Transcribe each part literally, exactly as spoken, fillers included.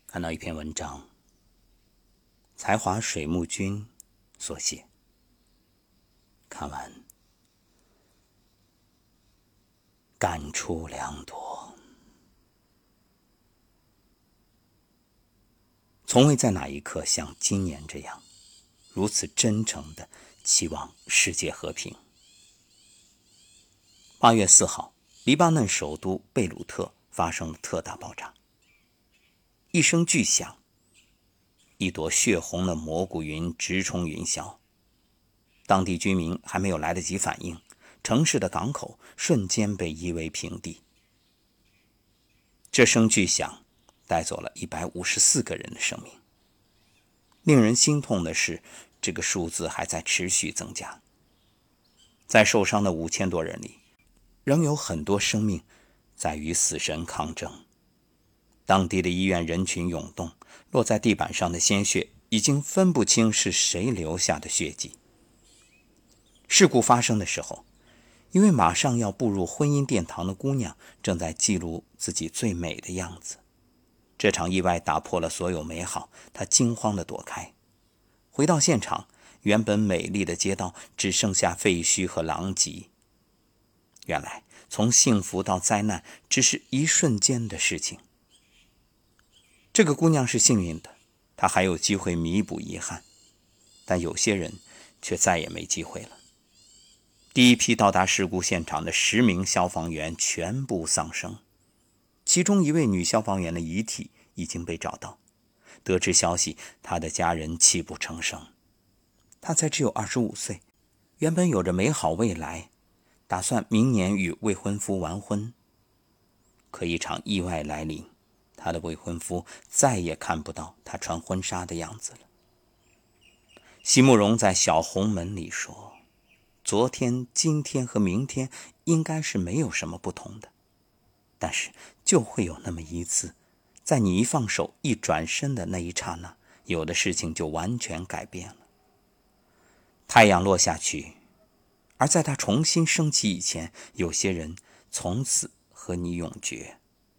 看到一篇文章，才华水木君所写，看完感触良多。从未在哪一刻像今年这样，如此真诚地期望世界和平。八月四号，黎巴嫩首都贝鲁特发生了特大爆炸，一声巨响，一朵血红的蘑菇云直冲云霄。当地居民还没有来得及反应，城市的港口瞬间被夷为平地。这声巨响带走了一百五十四个人的生命。令人心痛的是，这个数字还在持续增加。在受伤的五千多人里，仍有很多生命在与死神抗争。当地的医院人群涌动，落在地板上的鲜血已经分不清是谁留下的血迹。事故发生的时候，一位马上要步入婚姻殿堂的姑娘正在记录自己最美的样子。这场意外打破了所有美好，她惊慌地躲开。回到现场，原本美丽的街道只剩下废墟和狼藉。原来，从幸福到灾难只是一瞬间的事情。这个姑娘是幸运的，她还有机会弥补遗憾，但有些人却再也没机会了。第一批到达事故现场的十名消防员全部丧生，其中一位女消防员的遗体已经被找到。得知消息，她的家人泣不成声。她才只有二十五岁，原本有着美好未来，打算明年与未婚夫完婚。可一场意外来临，她的未婚夫再也看不到她穿婚纱的样子了。席慕容在《小红门》里说，昨天、今天和明天应该是没有什么不同的，但是就会有那么一次，在你一放手、一转身的那一刹那，有的事情就完全改变了。太阳落下去，而在它重新升起以前，有些人从此和你永绝。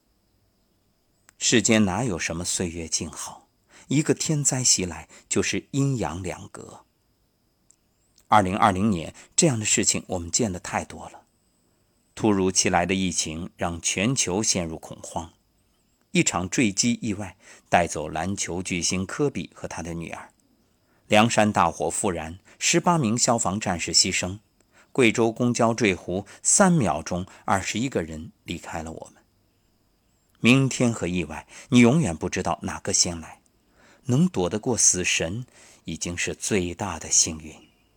世间哪有什么岁月静好，一个天灾袭来就是阴阳两隔。二零二零年这样的事情我们见得太多了。突如其来的疫情让全球陷入恐慌，一场坠机意外带走篮球巨星科比和他的女儿。凉山大火复燃，十八名消防战士牺牲。贵州公交坠湖，三秒钟二十一个人离开了我们。明天和意外，你永远不知道哪个先来。能躲得过死神，已经是最大的幸运。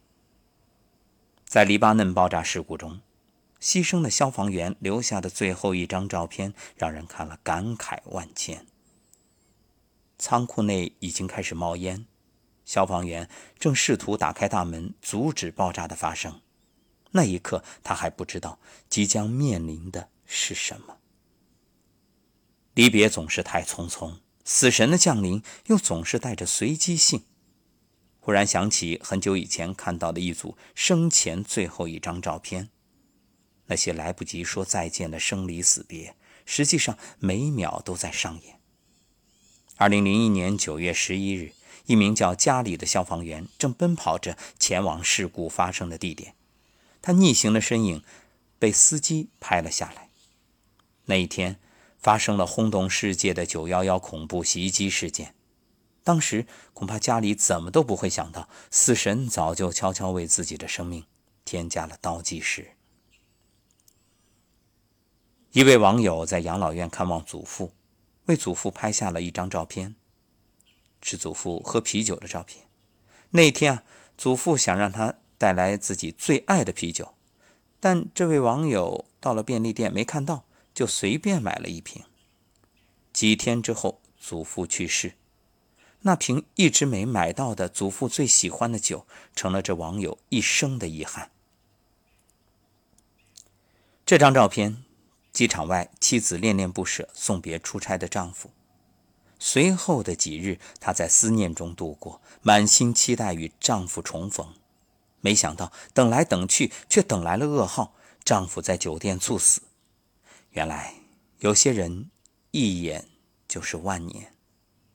在黎巴嫩爆炸事故中，牺牲的消防员留下的最后一张照片，让人看了感慨万千。仓库内已经开始冒烟，消防员正试图打开大门，阻止爆炸的发生。那一刻，他还不知道即将面临的是什么。离别总是太匆匆，死神的降临又总是带着随机性。忽然想起很久以前看到的一组生前最后一张照片，那些来不及说再见的生离死别，实际上每一秒都在上演。二零零一年九月十一日，一名叫加里的消防员正奔跑着前往事故发生的地点，他逆行的身影被司机拍了下来。那一天发生了轰动世界的九一一恐怖袭击事件。当时恐怕家里怎么都不会想到，死神早就悄悄为自己的生命添加了倒计时。一位网友在养老院看望祖父，为祖父拍下了一张照片，是祖父喝啤酒的照片。那天啊，祖父想让他带来自己最爱的啤酒，但这位网友到了便利店没看到，就随便买了一瓶。几天之后，祖父去世。那瓶一直没买到的祖父最喜欢的酒，成了这网友一生的遗憾。这张照片，机场外妻子恋恋不舍送别出差的丈夫。随后的几日，她在思念中度过，满心期待与丈夫重逢。没想到等来等去，却等来了噩耗，丈夫在酒店猝死。原来有些人一眼就是万年。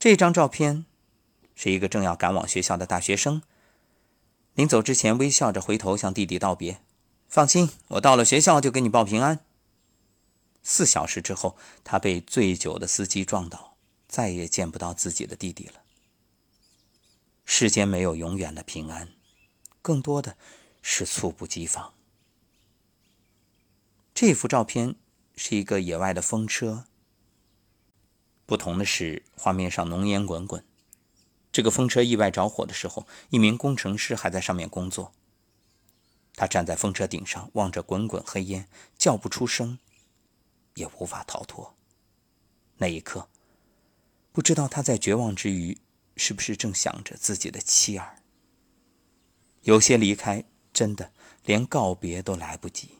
这张照片是一个正要赶往学校的大学生，临走之前微笑着回头向弟弟道别：“放心，我到了学校就给你报平安。”四小时之后，他被醉酒的司机撞倒，再也见不到自己的弟弟了。世间没有永远的平安，更多的是猝不及防。这幅照片是一个野外的风车，不同的是画面上浓烟滚滚。这个风车意外着火的时候，一名工程师还在上面工作。他站在风车顶上，望着滚滚黑烟，叫不出声，也无法逃脱。那一刻，不知道他在绝望之余，是不是正想着自己的妻儿。有些离开，真的连告别都来不及。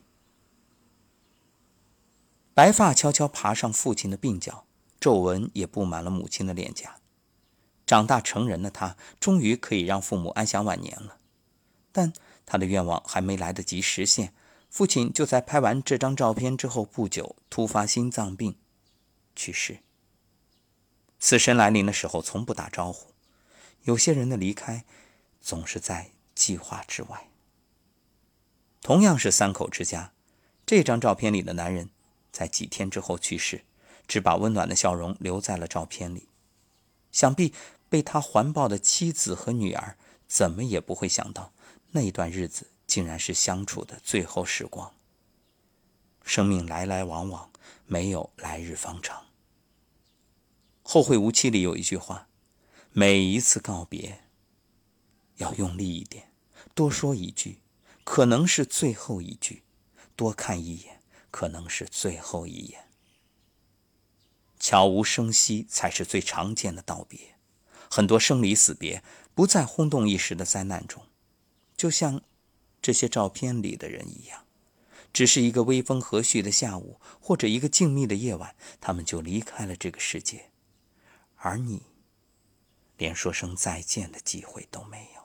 白发悄悄爬上父亲的鬓角，皱纹也布满了母亲的脸颊。长大成人的他，终于可以让父母安享晚年了。但他的愿望还没来得及实现，父亲就在拍完这张照片之后不久突发心脏病去世。死神来临的时候从不打招呼，有些人的离开总是在计划之外。同样是三口之家，这张照片里的男人在几天之后去世，只把温暖的笑容留在了照片里。想必被他环抱的妻子和女儿怎么也不会想到，那段日子竟然是相处的最后时光。生命来来往往，没有来日方长。后会无期里有一句话，每一次告别要用力一点，多说一句，可能是最后一句，多看一眼，可能是最后一眼。悄无声息才是最常见的道别。很多生离死别不在轰动一时的灾难中，就像这些照片里的人一样，只是一个微风和煦的下午，或者一个静谧的夜晚，他们就离开了这个世界，而你连说声再见的机会都没有。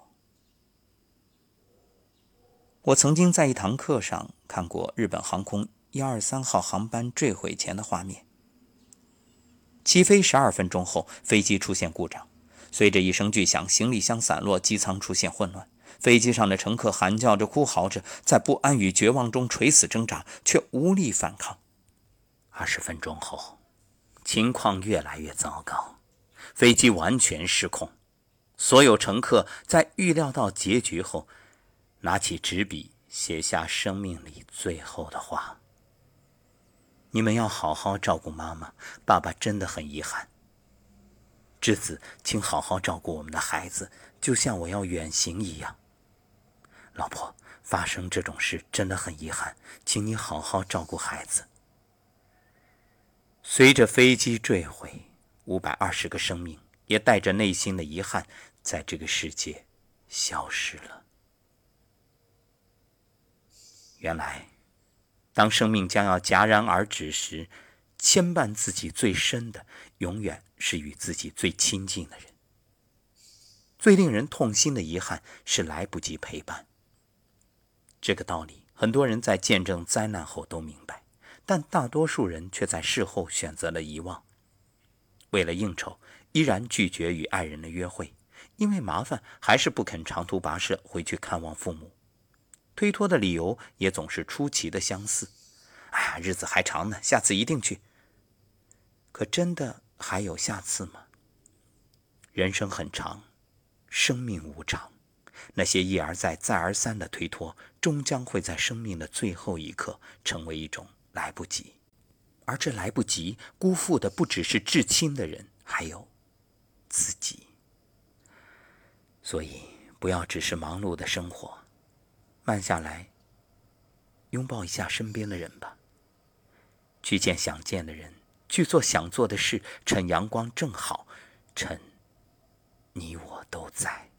我曾经在一堂课上看过日本航空一二三号航班坠毁前的画面。起飞十二分钟后，飞机出现故障，随着一声巨响，行李箱散落，机舱出现混乱。飞机上的乘客喊叫着、哭嚎着，在不安与绝望中垂死挣扎，却无力反抗。二十分钟后，情况越来越糟糕，飞机完全失控。所有乘客在预料到结局后，拿起纸笔写下生命里最后的话：你们要好好照顾妈妈，爸爸真的很遗憾。之子，请好好照顾我们的孩子，就像我要远行一样。老婆，发生这种事真的很遗憾，请你好好照顾孩子。随着飞机坠毁，五百二十个生命也带着内心的遗憾，在这个世界消失了。原来当生命将要戛然而止时，牵绊自己最深的，永远是与自己最亲近的人。最令人痛心的遗憾是来不及陪伴。这个道理，很多人在见证灾难后都明白，但大多数人却在事后选择了遗忘。为了应酬，依然拒绝与爱人的约会，因为麻烦，还是不肯长途跋涉回去看望父母。推脱的理由也总是出奇的相似。哎呀，日子还长呢，下次一定去。可真的还有下次吗？人生很长，生命无常，那些一而再再而三的推脱，终将会在生命的最后一刻成为一种来不及。而这来不及，辜负的不只是至亲的人，还有自己。所以不要只是忙碌的生活，慢下来，拥抱一下身边的人吧，去见想见的人，去做想做的事，趁阳光正好，趁你我都在。